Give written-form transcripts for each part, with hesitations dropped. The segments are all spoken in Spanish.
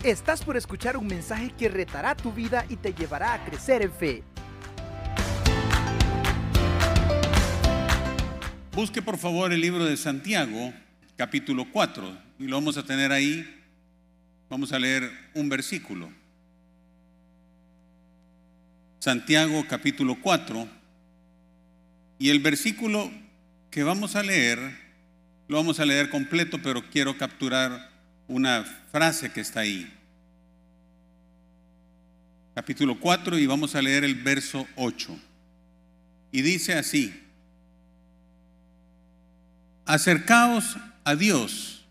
Estás por escuchar un mensaje que retará tu vida y te llevará a crecer en fe. Busque por favor el libro de Santiago, capítulo 4, y lo vamos a tener ahí. Vamos a leer un versículo. Santiago, capítulo 4, y el versículo que vamos a leer, lo vamos a leer completo, pero quiero capturar una frase que está ahí. Capítulo 4, y vamos a leer el verso 8. Y dice así: acercaos a Dios,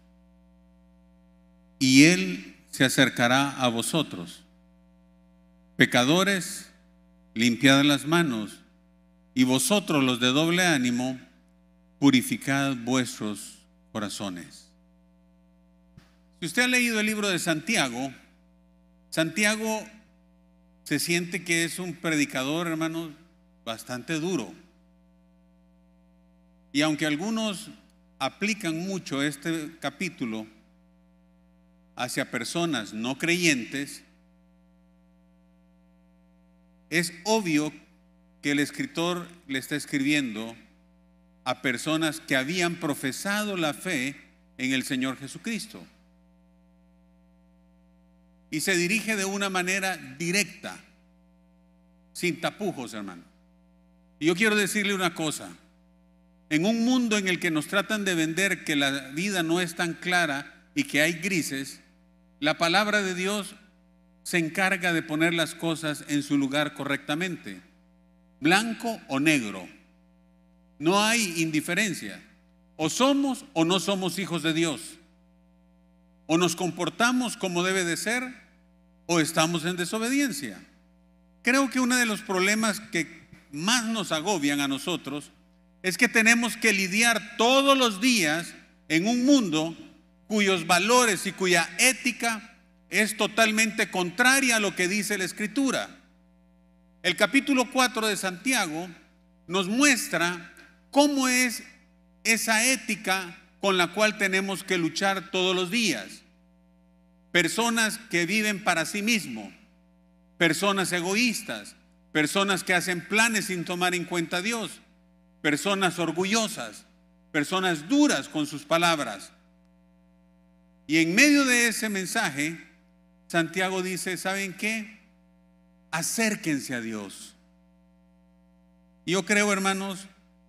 y Él se acercará a vosotros. Pecadores, limpiad las manos, y vosotros los de doble ánimo, purificad vuestros corazones. Si usted ha leído el libro de Santiago, Santiago se siente que es un predicador, hermanos, bastante duro. Y aunque algunos aplican mucho este capítulo hacia personas no creyentes, es obvio que el escritor le está escribiendo a personas que habían profesado la fe en el Señor Jesucristo. Y se dirige de una manera directa, sin tapujos, hermano. Y yo quiero decirle una cosa: en un mundo en el que nos tratan de vender que la vida no es tan clara y que hay grises, la palabra de Dios se encarga de poner las cosas en su lugar correctamente, blanco o negro. No hay indiferencia. O somos o no somos hijos de Dios. O nos comportamos como debe de ser, o estamos en desobediencia. Creo que uno de los problemas que más nos agobian a nosotros es que tenemos que lidiar todos los días en un mundo cuyos valores y cuya ética es totalmente contraria a lo que dice la Escritura. El capítulo 4 de Santiago nos muestra cómo es esa ética con la cual tenemos que luchar todos los días. Personas que viven para sí mismos, personas egoístas, personas que hacen planes sin tomar en cuenta a Dios, personas orgullosas, personas duras con sus palabras. Y en medio de ese mensaje, Santiago dice: ¿saben qué? Acérquense a Dios. Y yo creo, hermanos,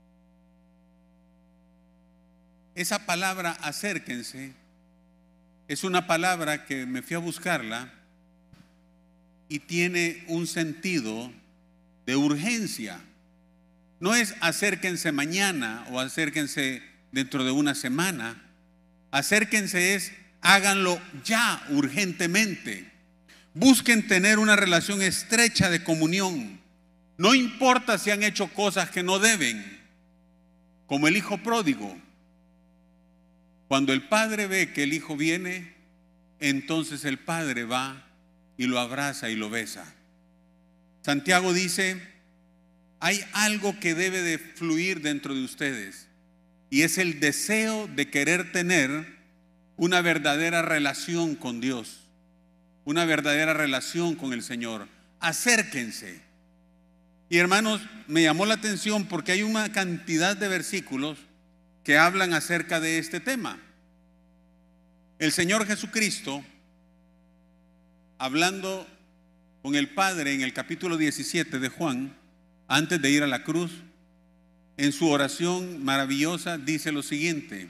esa palabra acérquense es una palabra que me fui a buscarla y tiene un sentido de urgencia. No es acérquense mañana o acérquense dentro de una semana. Acérquense es háganlo ya, urgentemente. Busquen tener una relación estrecha de comunión. No importa si han hecho cosas que no deben, como el hijo pródigo. Cuando el padre ve que el hijo viene, entonces el padre va y lo abraza y lo besa. Santiago dice: hay algo que debe de fluir dentro de ustedes, y es el deseo de querer tener una verdadera relación con Dios, una verdadera relación con el Señor. Acérquense. Y hermanos, me llamó la atención porque hay una cantidad de versículos que hablan acerca de este tema. El Señor Jesucristo, hablando con el Padre en el capítulo 17 de Juan, antes de ir a la cruz, en su oración maravillosa dice lo siguiente: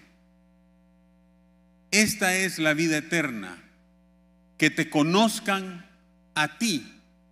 esta es la vida eterna, que te conozcan a ti,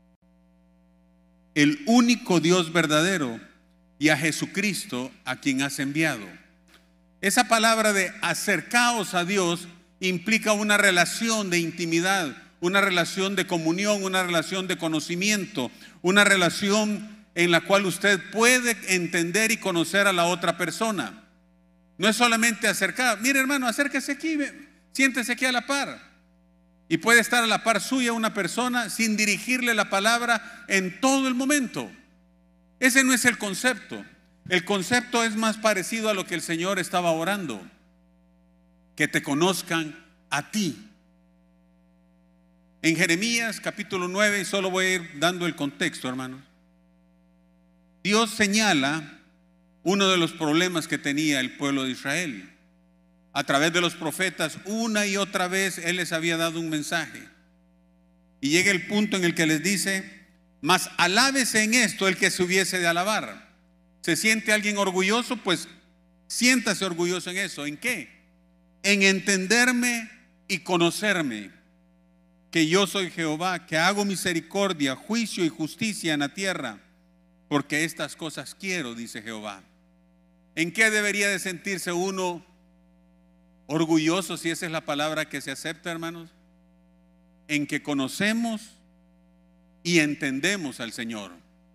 el único Dios verdadero, y a Jesucristo a quien has enviado. Esa palabra de acercaos a Dios implica una relación de intimidad, una relación de comunión, una relación de conocimiento, una relación en la cual usted puede entender y conocer a la otra persona. No es solamente acercar. Mire, hermano, acérquese aquí, siéntese aquí a la par. Y puede estar a la par suya una persona sin dirigirle la palabra en todo el momento. Ese no es el concepto. El concepto es más parecido a lo que el Señor estaba orando: que te conozcan a ti. En Jeremías capítulo 9, y solo voy a ir dando el contexto, hermanos, Dios señala uno de los problemas que tenía el pueblo de Israel. A través de los profetas, una y otra vez Él les había dado un mensaje. Y llega el punto en el que les dice: mas alábese en esto el que se hubiese de alabar. ¿Se siente alguien orgulloso? Pues siéntase orgulloso en eso. ¿En qué? En entenderme y conocerme, que yo soy Jehová, que hago misericordia, juicio y justicia en la tierra, porque estas cosas quiero, dice Jehová. ¿En qué debería de sentirse uno orgulloso, si esa es la palabra que se acepta, hermanos? En que conocemos y entendemos al Señor.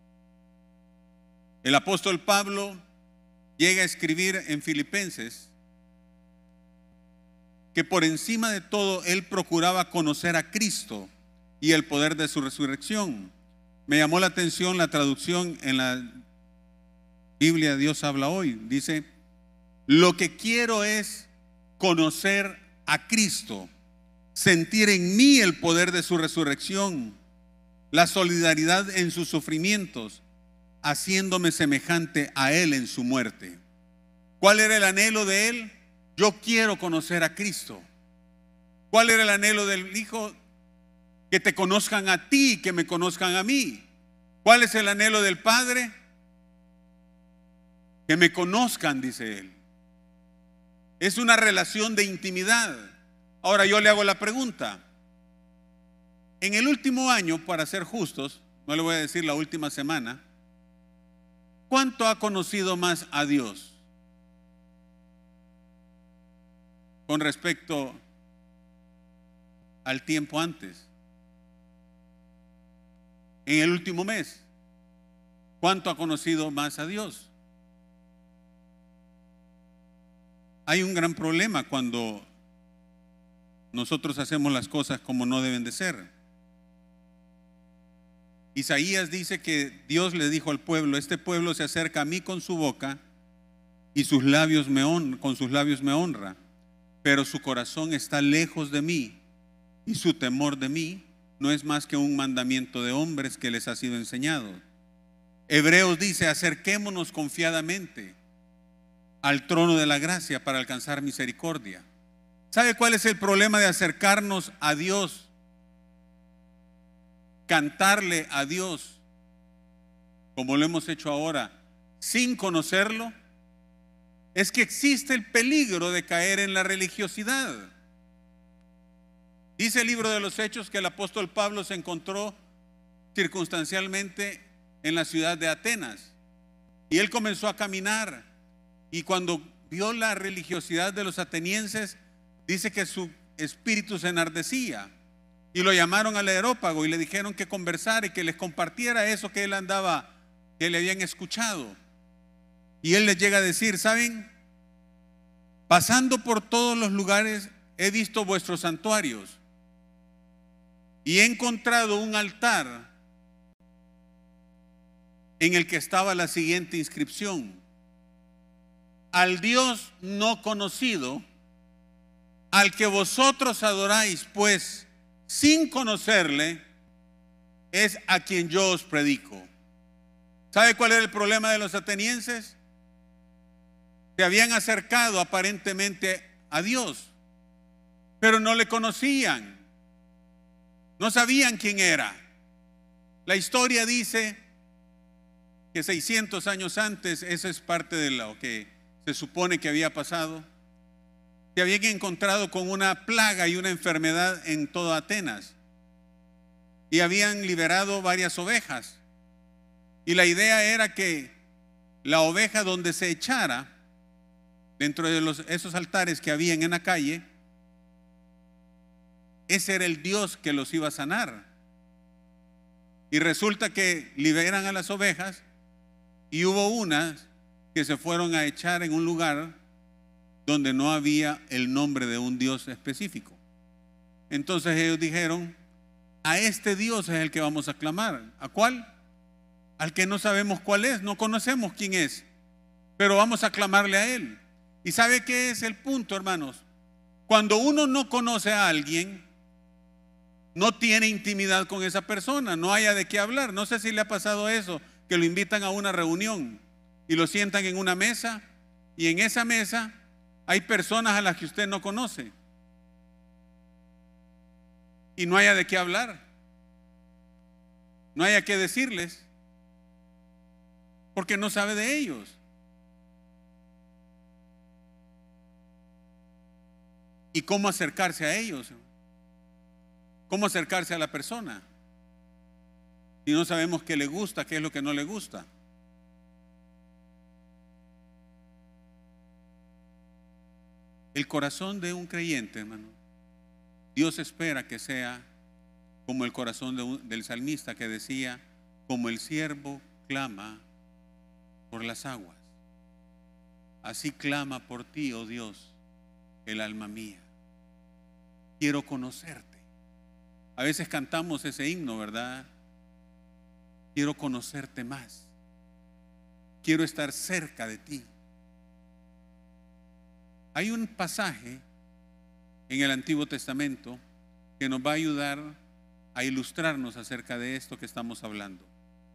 El apóstol Pablo llega a escribir en Filipenses que por encima de todo él procuraba conocer a Cristo y el poder de su resurrección. Me llamó la atención la traducción en la Biblia Dios habla hoy. Dice: lo que quiero es conocer a Cristo, sentir en mí el poder de su resurrección, la solidaridad en sus sufrimientos, haciéndome semejante a Él en su muerte. ¿Cuál era el anhelo de Él? Yo quiero conocer a Cristo. ¿Cuál era el anhelo del Hijo? Que te conozcan a ti, que me conozcan a mí. ¿Cuál es el anhelo del Padre? Que me conozcan, dice Él. Es una relación de intimidad. Ahora yo le hago la pregunta. En el último año, para ser justos, no le voy a decir la última semana, ¿cuánto ha conocido más a Dios con respecto al tiempo antes? En el último mes, ¿cuánto ha conocido más a Dios? Hay un gran problema cuando nosotros hacemos las cosas como no deben de ser. Isaías dice que Dios le dijo al pueblo: este pueblo se acerca a mí con su boca y sus labios con sus labios me honra, pero su corazón está lejos de mí y su temor de mí no es más que un mandamiento de hombres que les ha sido enseñado. Hebreos dice: acerquémonos confiadamente al trono de la gracia para alcanzar misericordia. ¿Sabe cuál es el problema de acercarnos a Dios? Cantarle a Dios como lo hemos hecho ahora sin conocerlo. Es que existe el peligro de caer en la religiosidad. Dice el libro de los Hechos que el apóstol Pablo se encontró circunstancialmente en la ciudad de Atenas y él comenzó a caminar, y cuando vio la religiosidad de los atenienses, dice que su espíritu se enardecía y lo llamaron al Areópago y le dijeron que conversara y que les compartiera eso que él andaba, que le habían escuchado. Y él les llega a decir: ¿saben? Pasando por todos los lugares he visto vuestros santuarios y he encontrado un altar en el que estaba la siguiente inscripción: al Dios no conocido, al que vosotros adoráis, pues sin conocerle, es a quien yo os predico. ¿Sabe cuál era el problema de los atenienses? Se habían acercado aparentemente a Dios, pero no le conocían, no sabían quién era. La historia dice que 600 años antes, eso es parte de lo que se supone que había pasado, se habían encontrado con una plaga y una enfermedad en toda Atenas y habían liberado varias ovejas, y la idea era que la oveja donde se echara dentro de esos altares que habían en la calle, ese era el Dios que los iba a sanar. Y resulta que liberan a las ovejas y hubo unas que se fueron a echar en un lugar donde no había el nombre de un Dios específico. Entonces ellos dijeron: a este Dios es el que vamos a clamar. ¿A cuál? Al que no sabemos cuál es, no conocemos quién es, pero vamos a clamarle a Él. ¿Y sabe qué es el punto, hermanos? Cuando uno no conoce a alguien, no tiene intimidad con esa persona, no haya de qué hablar. No sé si le ha pasado eso, que lo invitan a una reunión y lo sientan en una mesa, y en esa mesa hay personas a las que usted no conoce y no haya de qué hablar, no haya que decirles, porque no sabe de ellos. ¿Y cómo acercarse a ellos? ¿Cómo acercarse a la persona si no sabemos qué le gusta, qué es lo que no le gusta? El corazón de un creyente, hermano, Dios espera que sea como el corazón del salmista que decía: como el siervo clama por las aguas, así clama por ti, oh Dios, el alma mía. Quiero conocerte. A veces cantamos ese himno, ¿verdad? Quiero conocerte más. Quiero estar cerca de ti. Hay un pasaje en el Antiguo Testamento que nos va a ayudar a ilustrarnos acerca de esto que estamos hablando.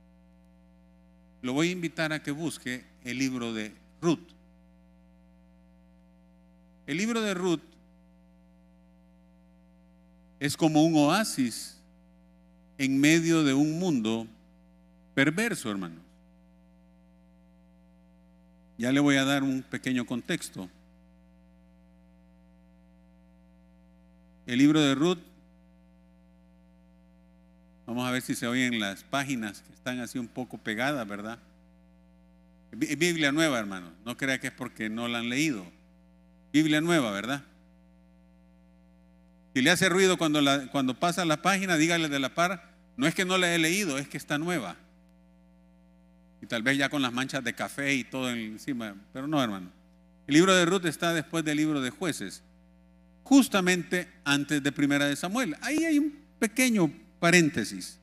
Lo voy a invitar a que busque el libro de Ruth. El libro de Ruth es como un oasis en medio de un mundo perverso, hermanos. Ya le voy a dar un pequeño contexto. El libro de Ruth, vamos a ver si se oyen las páginas que están así un poco pegadas, ¿verdad? Biblia nueva, hermano. No crea que es porque no la han leído. Biblia nueva, ¿verdad? Si le hace ruido cuando pasa la página, dígale de la par: no es que no la he leído, es que está nueva. Y tal vez ya con las manchas de café y todo encima, pero no, hermano. El libro de Ruth está después del libro de Jueces, justamente antes de Primera de Samuel. Ahí hay un pequeño paréntesis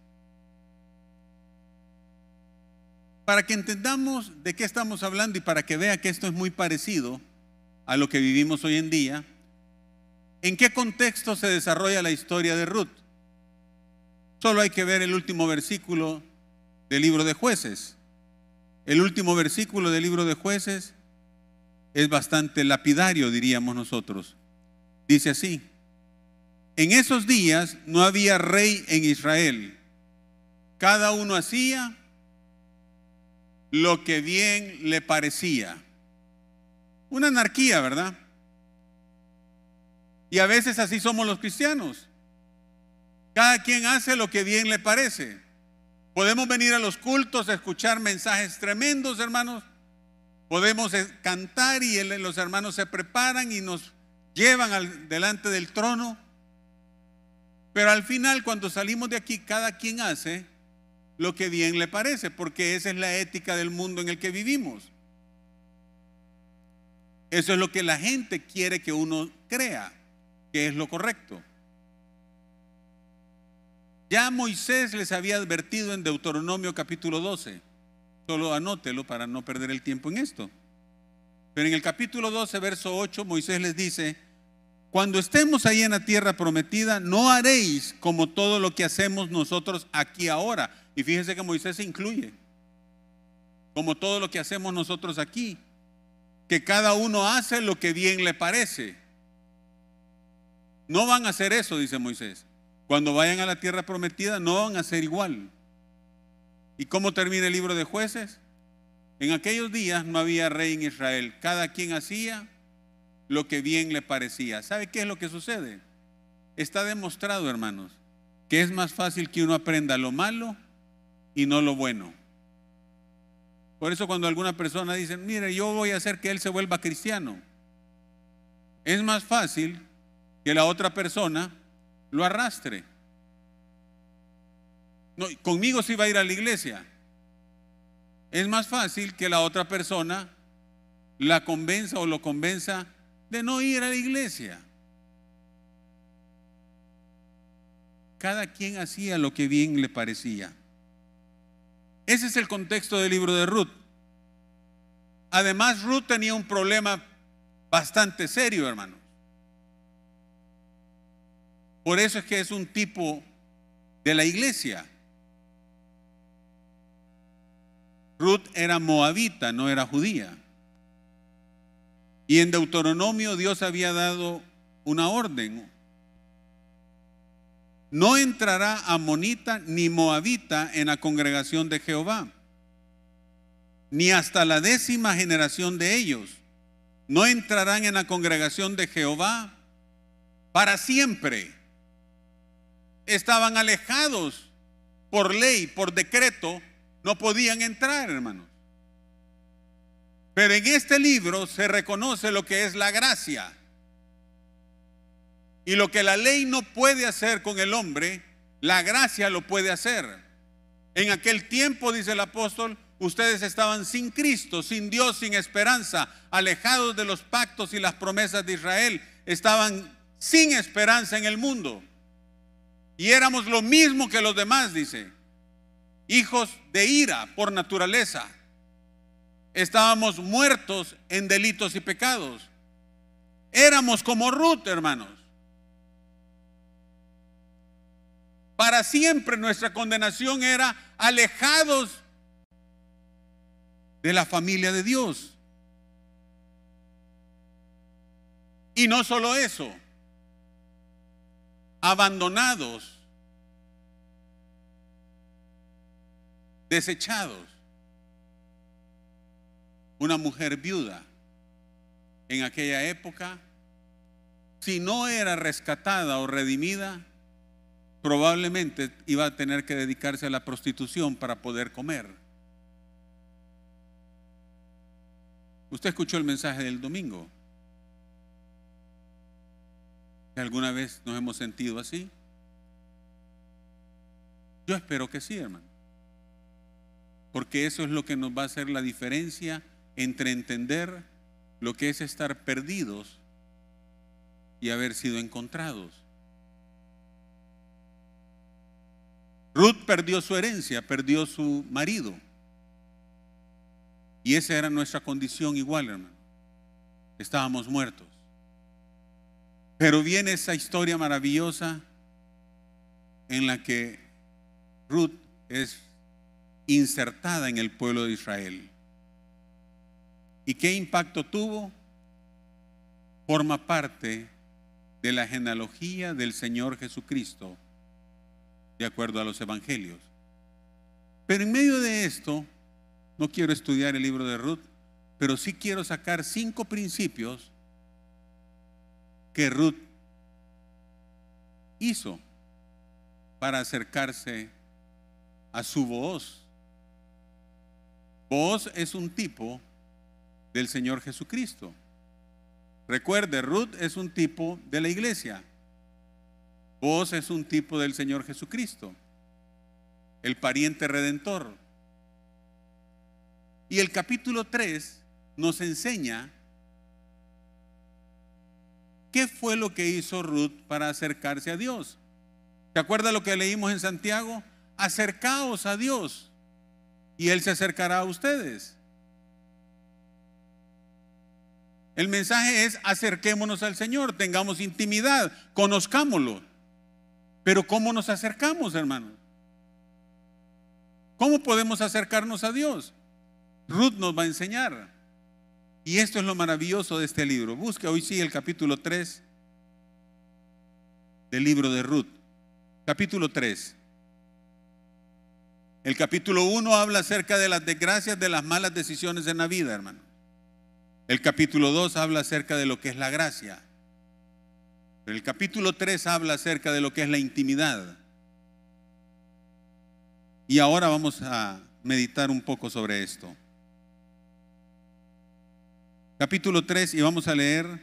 para que entendamos de qué estamos hablando y para que vea que esto es muy parecido a lo que vivimos hoy en día. ¿En qué contexto se desarrolla la historia de Ruth? Solo hay que ver el último versículo del libro de Jueces. El último versículo del libro de Jueces es bastante lapidario, diríamos nosotros. Dice así: en esos días no había rey en Israel. Cada uno hacía lo que bien le parecía. Una anarquía, ¿verdad? Y a veces así somos los cristianos. Cada quien hace lo que bien le parece. Podemos venir a los cultos a escuchar mensajes tremendos, hermanos. Podemos cantar y los hermanos se preparan y nos llevan delante del trono. Pero al final, cuando salimos de aquí, cada quien hace lo que bien le parece, porque esa es la ética del mundo en el que vivimos. Eso es lo que la gente quiere que uno crea que es lo correcto. Ya Moisés les había advertido en Deuteronomio capítulo 12. Solo anótelo para no perder el tiempo en esto. Pero en el capítulo 12, verso 8, Moisés les dice: cuando estemos ahí en la tierra prometida, no haréis como todo lo que hacemos nosotros aquí ahora. Y fíjense que Moisés se incluye. Como todo lo que hacemos nosotros aquí, que cada uno hace lo que bien le parece. No van a hacer eso, dice Moisés. Cuando vayan a la tierra prometida, no van a hacer igual. ¿Y cómo termina el libro de Jueces? En aquellos días no había rey en Israel. Cada quien hacía lo que bien le parecía. ¿Sabe qué es lo que sucede? Está demostrado, hermanos, que es más fácil que uno aprenda lo malo y no lo bueno. Por eso cuando alguna persona dice: mire, yo voy a hacer que él se vuelva cristiano, es más fácil que la otra persona lo arrastre. No, conmigo sí va a ir a la iglesia. Es más fácil que la otra persona la convenza o lo convenza de no ir a la iglesia. Cada quien hacía lo que bien le parecía. Ese es el contexto del libro de Ruth. Además, Ruth tenía un problema bastante serio, hermanos. Por eso es que es un tipo de la iglesia. Ruth era moabita, no era judía. Y en Deuteronomio Dios había dado una orden: no entrará amonita ni moabita en la congregación de Jehová, ni hasta la 10ª generación de ellos. No entrarán en la congregación de Jehová para siempre. Estaban alejados por ley, por decreto, no podían entrar, hermanos. Pero en este libro se reconoce lo que es la gracia. Y lo que la ley no puede hacer con el hombre, la gracia lo puede hacer. En aquel tiempo, dice el apóstol, ustedes estaban sin Cristo, sin Dios, sin esperanza, alejados de los pactos y las promesas de Israel. Estaban sin esperanza en el mundo. Y éramos lo mismo que los demás, dice, hijos de ira por naturaleza. Estábamos muertos en delitos y pecados. Éramos como Ruth, hermanos. Para siempre nuestra condenación era alejados de la familia de Dios. Y no solo eso, abandonados, desechados. Una mujer viuda en aquella época, si no era rescatada o redimida, probablemente iba a tener que dedicarse a la prostitución para poder comer. Usted escuchó el mensaje del domingo. ¿Alguna vez nos hemos sentido así? Yo espero que sí, hermano. Porque eso es lo que nos va a hacer la diferencia entre entender lo que es estar perdidos y haber sido encontrados. Ruth perdió su herencia, perdió su marido. Y esa era nuestra condición igual, hermano. Estábamos muertos. Pero viene esa historia maravillosa en la que Ruth es insertada en el pueblo de Israel. ¿Y qué impacto tuvo? Forma parte de la genealogía del Señor Jesucristo, de acuerdo a los evangelios. Pero en medio de esto, no quiero estudiar el libro de Ruth, pero sí quiero sacar 5 principios que Ruth hizo para acercarse a su Booz. Booz es un tipo del Señor Jesucristo. Recuerde, Ruth es un tipo de la iglesia. Booz es un tipo del Señor Jesucristo, el pariente redentor. Y el capítulo 3 nos enseña qué fue lo que hizo Ruth para acercarse a Dios. ¿Se acuerda lo que leímos en Santiago? Acercaos a Dios y Él se acercará a ustedes. El mensaje es: acerquémonos al Señor, tengamos intimidad, conozcámoslo. Pero ¿cómo nos acercamos, hermanos? ¿Cómo podemos acercarnos a Dios? Ruth nos va a enseñar. Y esto es lo maravilloso de este libro. Busque hoy sí el capítulo 3 del libro de Ruth. Capítulo 3. El capítulo 1 habla acerca de las desgracias, de las malas decisiones en la vida, hermano. El capítulo 2 habla acerca de lo que es la gracia. Pero el capítulo 3 habla acerca de lo que es la intimidad. Y ahora vamos a meditar un poco sobre esto. Capítulo 3, y vamos a leer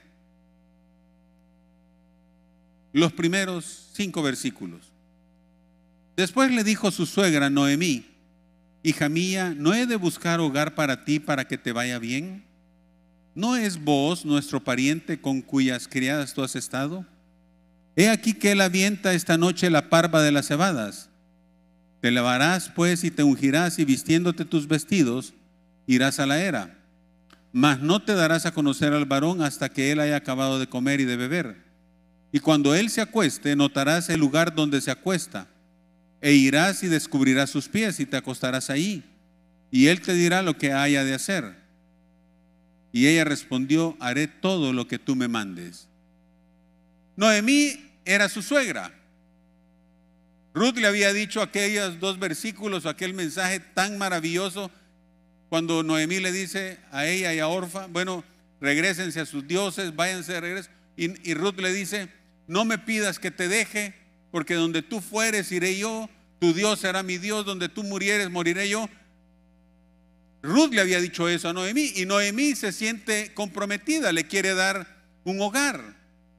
los primeros 5 versículos. Después le dijo su suegra Noemí: hija mía, ¿no he de buscar hogar para ti para que te vaya bien? ¿No es Booz nuestro pariente con cuyas criadas tú has estado? He aquí que él avienta esta noche la parva de las cebadas. Te lavarás pues y te ungirás, y vistiéndote tus vestidos irás a la era. Mas no te darás a conocer al varón hasta que él haya acabado de comer y de beber. Y cuando él se acueste, notarás el lugar donde se acuesta, e irás y descubrirás sus pies y te acostarás ahí, y él te dirá lo que haya de hacer. Y ella respondió: haré todo lo que tú me mandes. Noemí era su suegra. Ruth le había dicho aquellos 2 versículos, aquel mensaje tan maravilloso, cuando Noemí le dice a ella y a Orfa: bueno, regrésense a sus dioses, váyanse de regreso. Y Ruth le dice: no me pidas que te deje, porque donde tú fueres iré yo, tu Dios será mi Dios, donde tú murieres moriré yo. Ruth le había dicho eso a Noemí, y Noemí se siente comprometida, le quiere dar un hogar.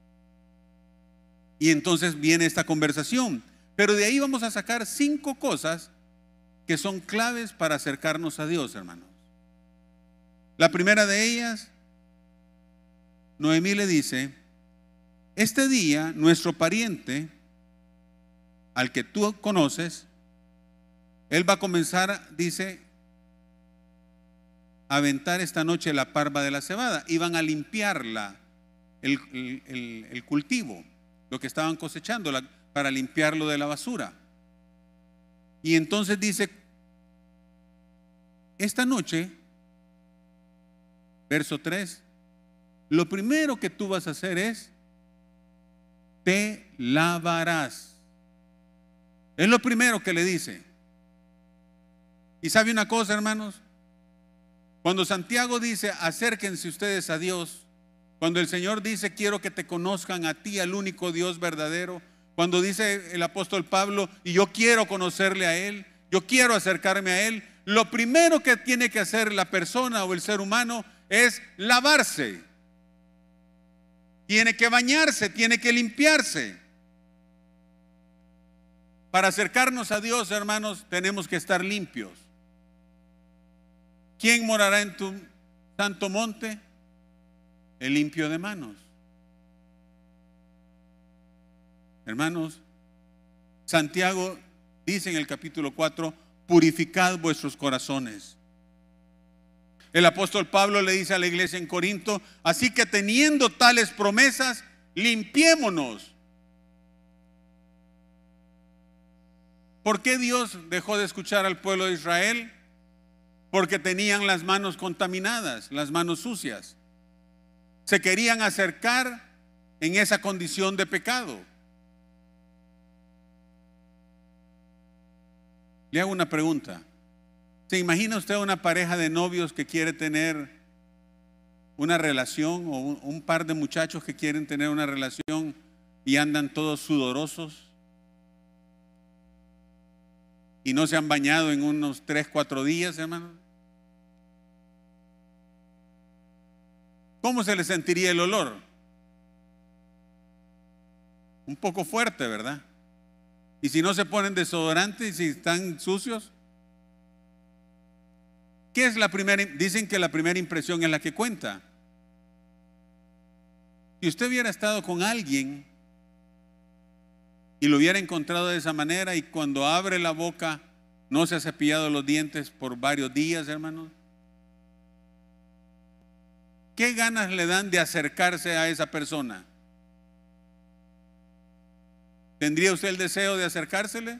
Y entonces viene esta conversación. Pero de ahí vamos a sacar 5 cosas que son claves para acercarnos a Dios, hermanos. La primera de ellas, Noemí le dice: este día nuestro pariente, al que tú conoces, él va a comenzar, dice, a aventar esta noche la parva de la cebada. Iban a limpiarla, el cultivo, lo que estaban cosechando, para limpiarlo de la basura. Y entonces dice: esta noche, verso 3, lo primero que tú vas a hacer es: te lavarás. Es lo primero que le dice. Y sabe una cosa, hermanos, cuando Santiago dice: acérquense ustedes a Dios, cuando el Señor dice: quiero que te conozcan a ti, al único Dios verdadero, cuando dice el apóstol Pablo: y yo quiero conocerle a Él, yo quiero acercarme a Él, lo primero que tiene que hacer la persona o el ser humano es lavarse. Tiene que bañarse, tiene que limpiarse. Para acercarnos a Dios, hermanos, tenemos que estar limpios. ¿Quién morará en tu santo monte? El limpio de manos. Hermanos, Santiago dice en el capítulo 4: purificad vuestros corazones. El apóstol Pablo le dice a la iglesia en Corinto: así que teniendo tales promesas, limpiémonos. ¿Por qué Dios dejó de escuchar al pueblo de Israel? Porque tenían las manos contaminadas, las manos sucias. Se querían acercar en esa condición de pecado. Le hago una pregunta. ¿Se imagina usted una pareja de novios que quiere tener una relación, o un par de muchachos que quieren tener una relación y andan todos sudorosos y no se han bañado en unos 3-4 días, hermano? ¿Cómo se les sentiría el olor? Un poco fuerte, ¿verdad? Y si no se ponen desodorante y si están sucios, ¿qué es la primera? Dicen que la primera impresión es la que cuenta. Si usted hubiera estado con alguien y lo hubiera encontrado de esa manera, y cuando abre la boca no se ha cepillado los dientes por varios días, hermanos, ¿qué ganas le dan de acercarse a esa persona? ¿Tendría usted el deseo de acercársele?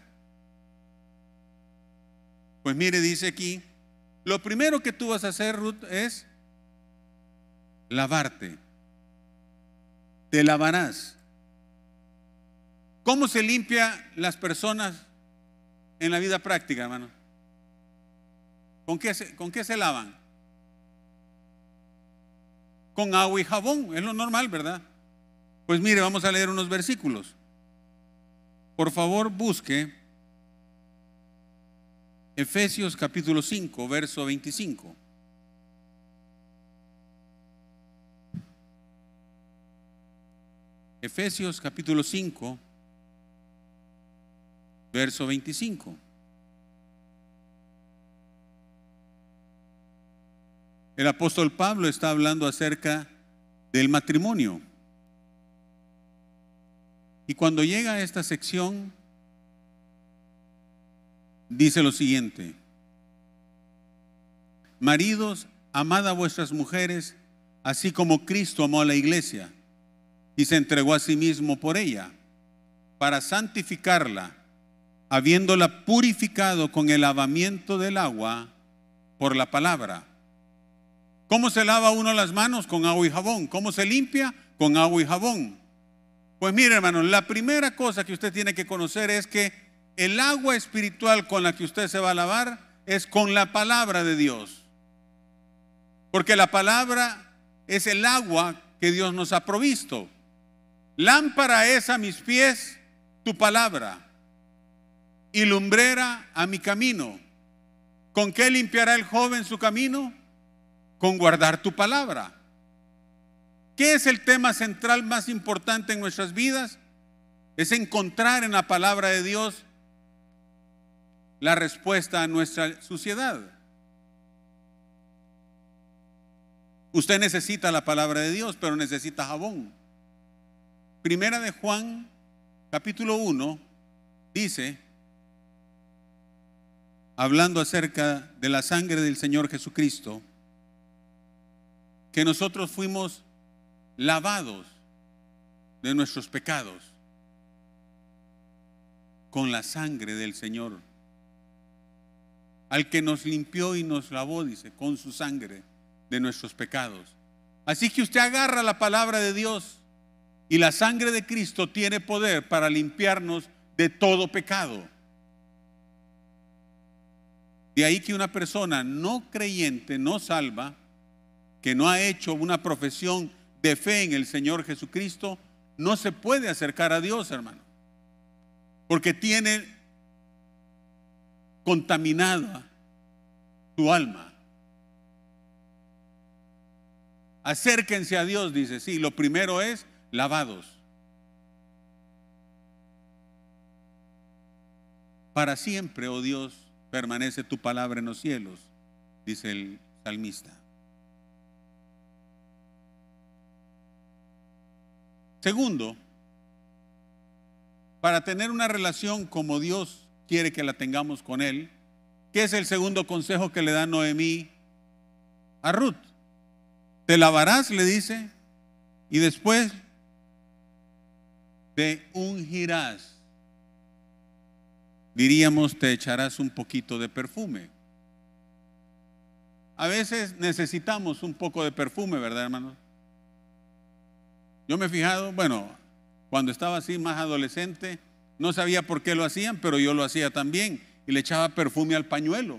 Pues mire, dice aquí: lo primero que tú vas a hacer, Ruth, es lavarte. Te lavarás. ¿Cómo se limpia las personas en la vida práctica, hermano? ¿Con qué se lavan? Con agua y jabón, es lo normal, ¿verdad? Pues mire, vamos a leer unos versículos. Por favor, busque Efesios capítulo 5, verso 25. Efesios capítulo 5, verso 25. El apóstol Pablo está hablando acerca del matrimonio. Y cuando llega a esta sección, dice lo siguiente: maridos, amad a vuestras mujeres, así como Cristo amó a la iglesia y se entregó a sí mismo por ella, para santificarla, habiéndola purificado con el lavamiento del agua por la palabra. ¿Cómo se lava uno las manos? Con agua y jabón. ¿Cómo se limpia? Con agua y jabón. Pues mire, hermano, la primera cosa que usted tiene que conocer es que el agua espiritual con la que usted se va a lavar es con la palabra de Dios. Porque la palabra es el agua que Dios nos ha provisto. Lámpara es a mis pies tu palabra y lumbrera a mi camino. ¿Con qué limpiará el joven su camino? Con guardar tu palabra. ¿Qué es el tema central más importante en nuestras vidas? Es encontrar en la palabra de Dios la respuesta a nuestra suciedad. Usted necesita la palabra de Dios, pero necesita jabón. Primera de Juan, capítulo 1, dice, hablando acerca de la sangre del Señor Jesucristo, que nosotros fuimos lavados de nuestros pecados con la sangre del Señor. Al que nos limpió y nos lavó, dice, con su sangre de nuestros pecados. Así que usted agarra la palabra de Dios y la sangre de Cristo tiene poder para limpiarnos de todo pecado. De ahí que una persona no creyente, no salva, que no ha hecho una profesión de fe en el Señor Jesucristo, no se puede acercar a Dios, hermano, porque tiene contaminada tu alma. Acérquense a Dios, dice, sí, lo primero es lavados. Para siempre, oh Dios, permanece tu palabra en los cielos, dice el salmista. Segundo, para tener una relación como Dios quiere que la tengamos con Él, ¿qué es el segundo consejo que le da Noemí a Ruth? Te lavarás, le dice, y después te ungirás. Diríamos, te echarás un poquito de perfume. A veces necesitamos un poco de perfume, ¿verdad, hermano? Yo me he fijado, bueno, cuando estaba así más adolescente, no sabía por qué lo hacían, pero yo lo hacía también y le echaba perfume al pañuelo.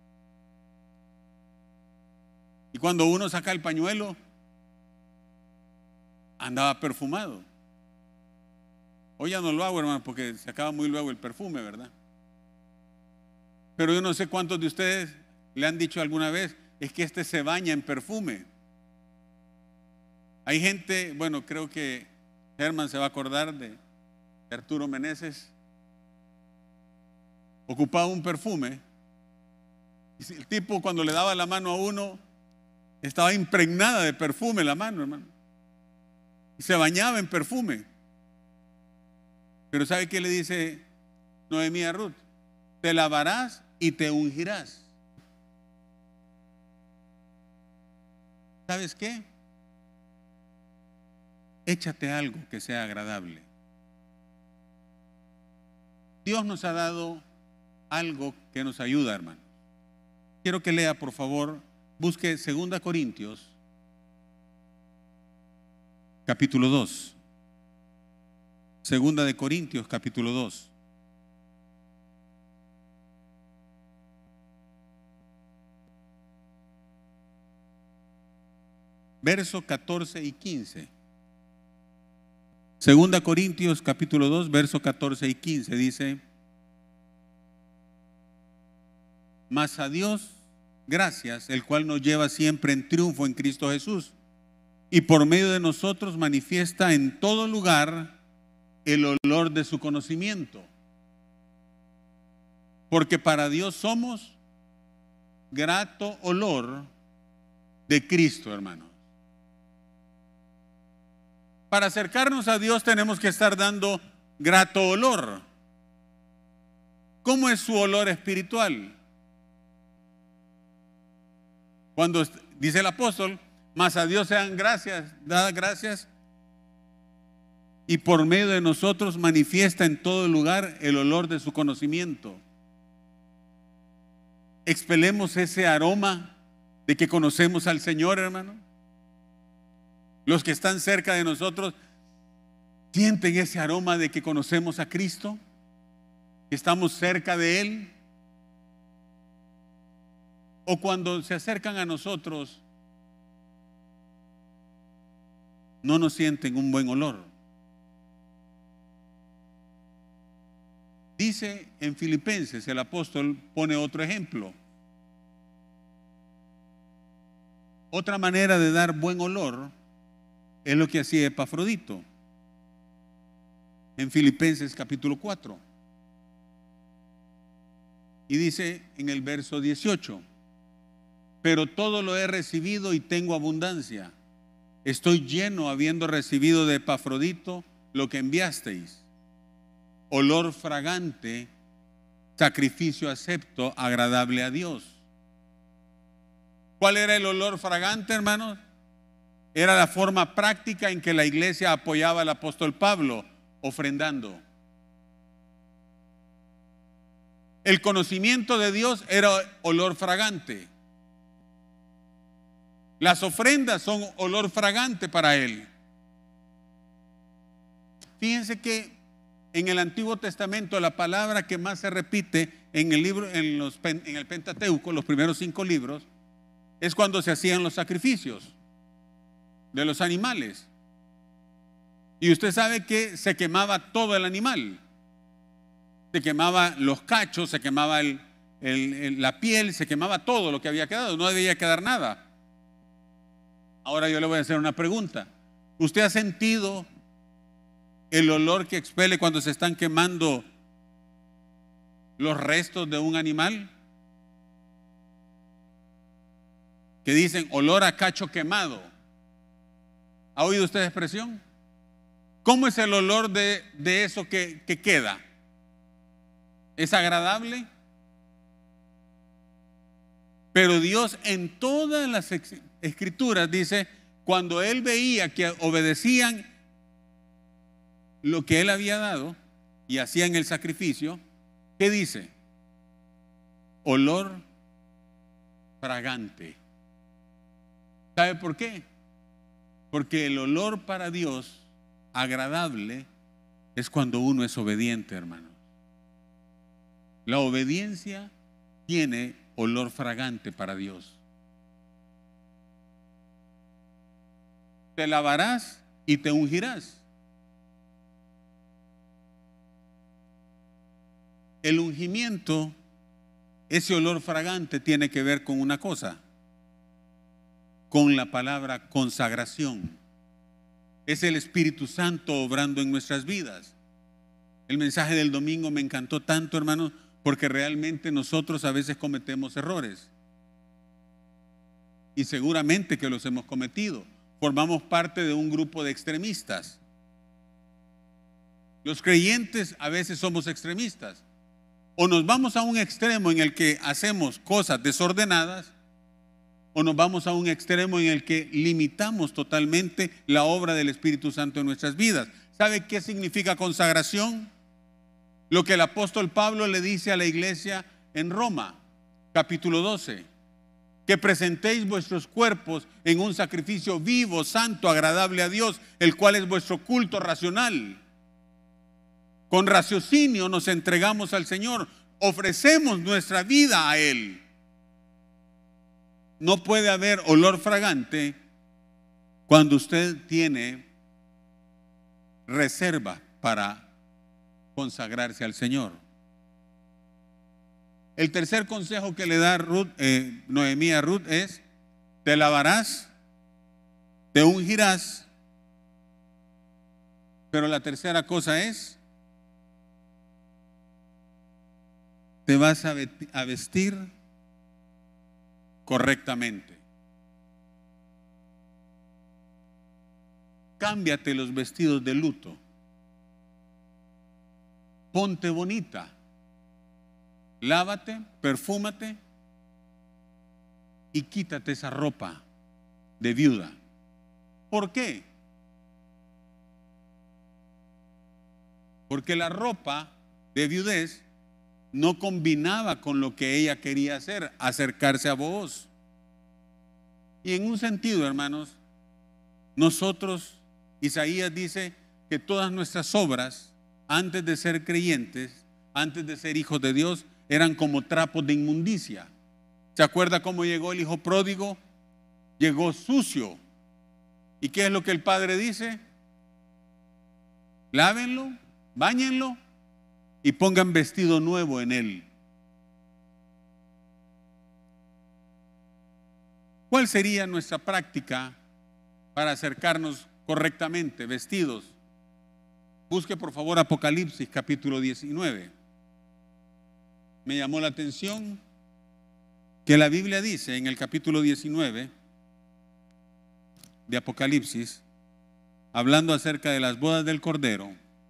Y cuando uno saca el pañuelo, andaba perfumado. Hoy ya no lo hago, hermano, porque se acaba muy luego el perfume, ¿verdad? Pero yo no sé cuántos de ustedes le han dicho alguna vez, es que este se baña en perfume. Hay gente, bueno, creo que Germán se va a acordar de Arturo Meneses, ocupaba un perfume y el tipo cuando le daba la mano a uno estaba impregnada de perfume la mano, hermano, y se bañaba en perfume. Pero ¿sabe qué le dice Noemí a Ruth? Te lavarás y te ungirás. ¿Sabes qué? Échate algo que sea agradable. Dios nos ha dado algo que nos ayuda, hermano. Quiero que lea, por favor, busque 2 Corintios, capítulo 2. 2 de Corintios, capítulo 2. Verso 14 y 15. 2 Corintios capítulo 2, verso 14 y 15 dice: mas a Dios gracias, el cual nos lleva siempre en triunfo en Cristo Jesús, y por medio de nosotros manifiesta en todo lugar el olor de su conocimiento. Porque para Dios somos grato olor de Cristo, hermanos. Para acercarnos a Dios tenemos que estar dando grato olor. ¿Cómo es su olor espiritual? Cuando dice el apóstol, mas a Dios sean gracias, dadas gracias y por medio de nosotros manifiesta en todo lugar el olor de su conocimiento. Expelemos ese aroma de que conocemos al Señor, hermano. Los que están cerca de nosotros sienten ese aroma de que conocemos a Cristo, que estamos cerca de Él. O cuando se acercan a nosotros, no nos sienten un buen olor. Dice en Filipenses, el apóstol pone otro ejemplo. Otra manera de dar buen olor es lo que hacía Epafrodito en Filipenses capítulo 4. Y dice en el verso 18: pero todo lo he recibido y tengo abundancia. Estoy lleno habiendo recibido de Epafrodito lo que enviasteis, olor fragante, sacrificio acepto, agradable a Dios. ¿Cuál era el olor fragante, hermanos? Era la forma práctica en que la iglesia apoyaba al apóstol Pablo, ofrendando. El conocimiento de Dios era olor fragante. Las ofrendas son olor fragante para Él. Fíjense que en el Antiguo Testamento la palabra que más se repite en el libro, en el Pentateuco, los primeros 5 libros, es cuando se hacían los sacrificios de los animales. Y usted sabe que se quemaba todo el animal. Se quemaba los cachos, se quemaba la piel, se quemaba todo lo que había quedado, no debía quedar nada. Ahora yo le voy a hacer una pregunta. ¿Usted ha sentido el olor que expele cuando se están quemando los restos de un animal? Que dicen olor a cacho quemado. ¿Ha oído usted la expresión? ¿Cómo es el olor de eso que queda? ¿Es agradable? Pero Dios en todas las escrituras dice, cuando Él veía que obedecían lo que Él había dado y hacían el sacrificio, ¿qué dice? Olor fragante. ¿Sabe por qué? Porque el olor para Dios agradable es cuando uno es obediente, hermanos. La obediencia tiene olor fragante para Dios. Te lavarás y te ungirás. El ungimiento, ese olor fragante, tiene que ver con una cosa, con la palabra consagración. Es el Espíritu Santo obrando en nuestras vidas. El mensaje del domingo me encantó tanto, hermanos, porque realmente nosotros a veces cometemos errores. Y seguramente que los hemos cometido. Formamos parte de un grupo de extremistas. Los creyentes a veces somos extremistas. O nos vamos a un extremo en el que hacemos cosas desordenadas, o nos vamos a un extremo en el que limitamos totalmente la obra del Espíritu Santo en nuestras vidas. ¿Sabe qué significa consagración? Lo que el apóstol Pablo le dice a la iglesia en Roma, capítulo 12, que presentéis vuestros cuerpos en un sacrificio vivo, santo, agradable a Dios, el cual es vuestro culto racional. Con raciocinio nos entregamos al Señor, ofrecemos nuestra vida a Él. No puede haber olor fragante cuando usted tiene reserva para consagrarse al Señor. El tercer consejo que le da Noemí a Ruth es: te lavarás, te ungirás. Pero la tercera cosa es: te vas a vestir correctamente. Cámbiate los vestidos de luto. Ponte bonita. Lávate, perfúmate y quítate esa ropa de viuda. ¿Por qué? porque la ropa de viudez no combinaba con lo que ella quería hacer, acercarse a vos. Y en un sentido, hermanos, nosotros, Isaías dice que todas nuestras obras, antes de ser creyentes, antes de ser hijos de Dios, eran como trapos de inmundicia. ¿Se acuerda cómo llegó el hijo pródigo? Llegó sucio. ¿Y qué es lo que el padre dice? Lávenlo, báñenlo y pongan vestido nuevo en él. ¿Cuál sería nuestra práctica para acercarnos correctamente, vestidos? Busque por favor Apocalipsis capítulo 19. Me llamó la atención que la Biblia dice en el capítulo 19 de Apocalipsis, hablando acerca de las bodas del Cordero,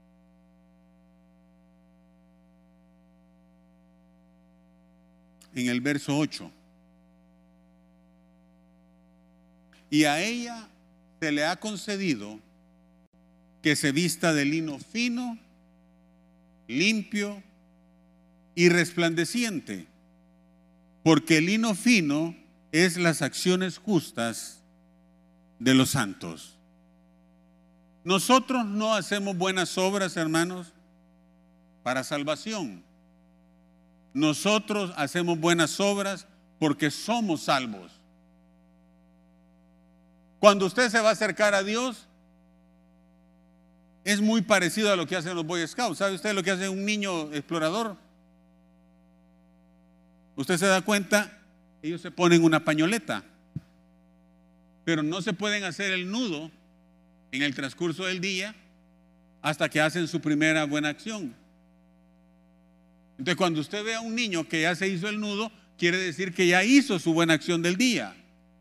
en el verso 8, y a ella se le ha concedido que se vista de lino fino, limpio y resplandeciente, porque el lino fino es las acciones justas de los santos. Nosotros no hacemos buenas obras, hermanos, para salvación. Nosotros hacemos buenas obras porque somos salvos. Cuando usted se va a acercar a Dios, es muy parecido a lo que hacen los Boy Scouts. ¿Sabe usted lo que hace un niño explorador? Usted se da cuenta, ellos se ponen una pañoleta, pero no se pueden hacer el nudo en el transcurso del día hasta que hacen su primera buena acción. Entonces, cuando usted ve a un niño que ya se hizo el nudo, quiere decir que ya hizo su buena acción del día.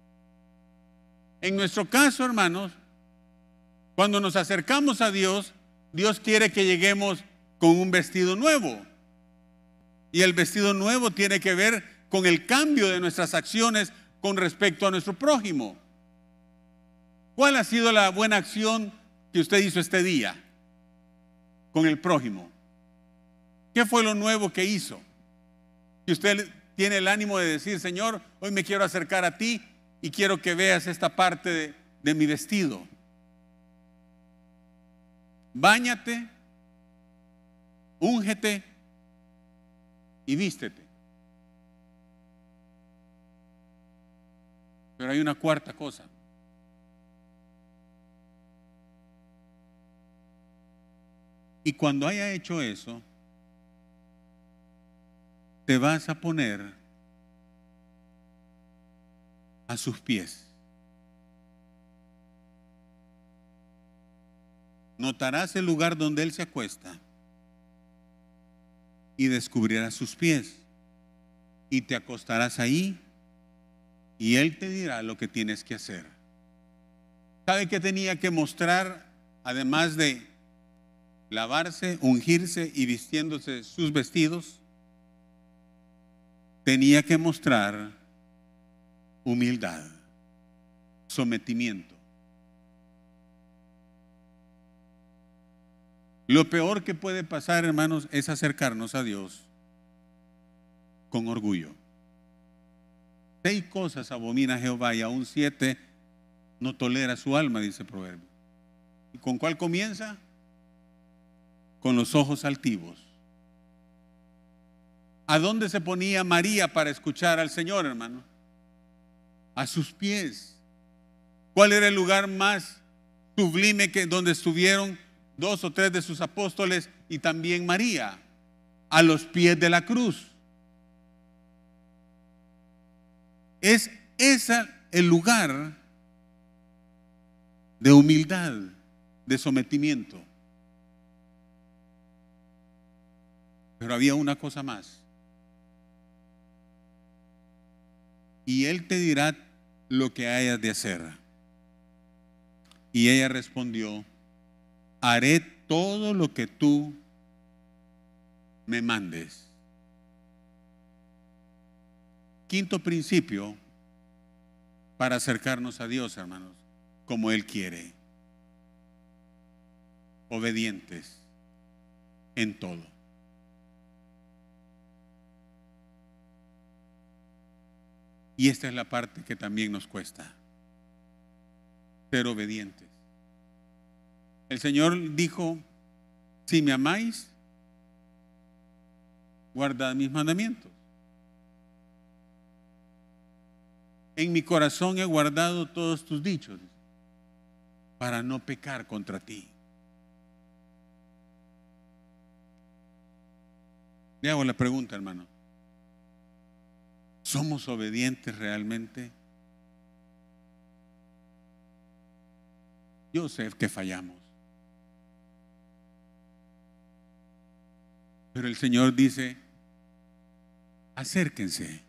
En nuestro caso, hermanos, cuando nos acercamos a Dios, Dios quiere que lleguemos con un vestido nuevo. Y el vestido nuevo tiene que ver con el cambio de nuestras acciones con respecto a nuestro prójimo. ¿Cuál ha sido la buena acción que usted hizo este día con el prójimo? ¿Qué fue lo nuevo que hizo? Que usted tiene el ánimo de decir: Señor, hoy me quiero acercar a ti y quiero que veas esta parte de mi vestido. Báñate, úngete y vístete. Pero hay una cuarta cosa. Y cuando haya hecho eso, te vas a poner a sus pies. Notarás el lugar donde Él se acuesta y descubrirás sus pies. Y te acostarás ahí y Él te dirá lo que tienes que hacer. ¿Sabe qué tenía que mostrar, además de lavarse, ungirse y vistiéndose sus vestidos? Tenía que mostrar humildad, sometimiento. Lo peor que puede pasar, hermanos, es acercarnos a Dios con orgullo. 6 cosas abomina Jehová y aún 7 no tolera su alma, dice el proverbio. ¿Y con cuál comienza? Con los ojos altivos. ¿A dónde se ponía María para escuchar al Señor, hermano? A sus pies. ¿Cuál era el lugar más sublime que donde estuvieron 2 o 3 de sus apóstoles y también María? A los pies de la cruz. Es ese el lugar de humildad, de sometimiento. Pero había una cosa más. Y Él te dirá lo que hayas de hacer. Y ella respondió: haré todo lo que tú me mandes. Quinto principio para acercarnos a Dios, hermanos, como Él quiere. Obedientes. en todo. Y esta es la parte que también nos cuesta, ser obedientes. El Señor dijo, si me amáis, guardad mis mandamientos. En mi corazón he guardado todos tus dichos, para no pecar contra ti. Le hago la pregunta, hermano. ¿Somos obedientes realmente? Yo sé que fallamos. Pero el Señor dice, acérquense.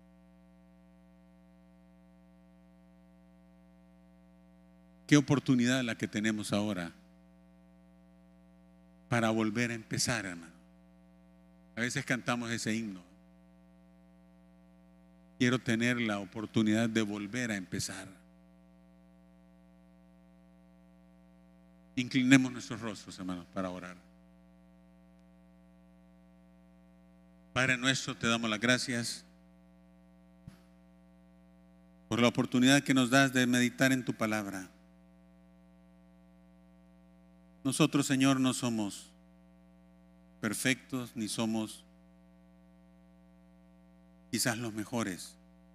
Qué oportunidad la que tenemos ahora para volver a empezar, hermano. A veces cantamos ese himno. Quiero tener la oportunidad de volver a empezar. Inclinemos nuestros rostros, hermanos, para orar. Padre nuestro, te damos las gracias por la oportunidad que nos das de meditar en tu palabra. Nosotros, Señor, no somos perfectos ni somos quizás los mejores.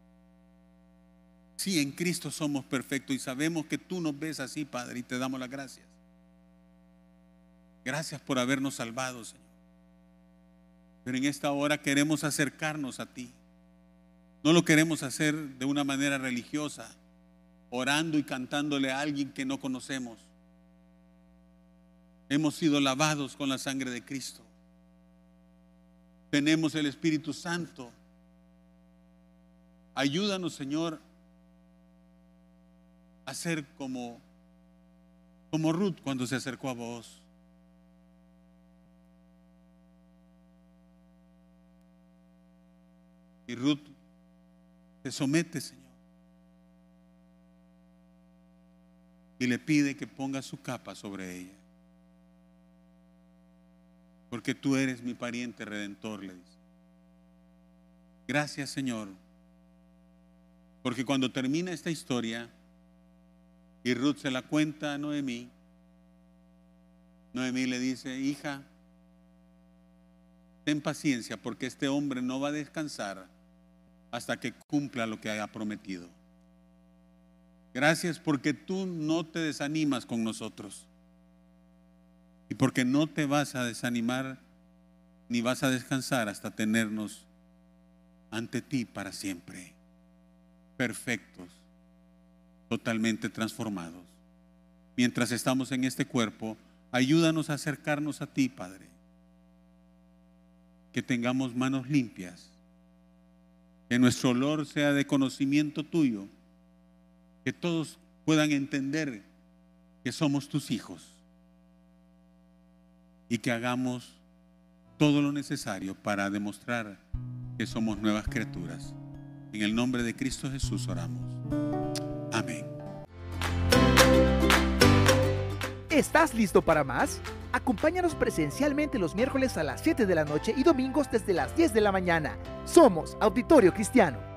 Sí, en Cristo somos perfectos y sabemos que tú nos ves así, Padre, y te damos las gracias. Gracias por habernos salvado, Señor. Pero en esta hora queremos acercarnos a ti. No lo queremos hacer de una manera religiosa, orando y cantándole a alguien que no conocemos. Hemos sido lavados con la sangre de Cristo. Tenemos el Espíritu Santo. Ayúdanos, Señor, a ser como Ruth cuando se acercó a vos. Y Ruth se somete, Señor, y le pide que ponga su capa sobre ella. Porque tú eres mi pariente redentor, le dice. Gracias, Señor, porque cuando termina esta historia y Ruth se la cuenta a Noemí, Noemí le dice, hija, ten paciencia porque este hombre no va a descansar hasta que cumpla lo que haya prometido. Gracias porque tú no te desanimas con nosotros. Y porque no te vas a desanimar ni vas a descansar hasta tenernos ante ti para siempre, perfectos, totalmente transformados. Mientras estamos en este cuerpo, ayúdanos a acercarnos a ti, Padre. Que tengamos manos limpias, que nuestro olor sea de conocimiento tuyo, que todos puedan entender que somos tus hijos. Y que hagamos todo lo necesario para demostrar que somos nuevas criaturas. En el nombre de Cristo Jesús oramos. Amén. ¿Estás listo para más? Acompáñanos presencialmente los miércoles a las 7 de la noche y domingos desde las 10 de la mañana. Somos Auditorio Cristiano.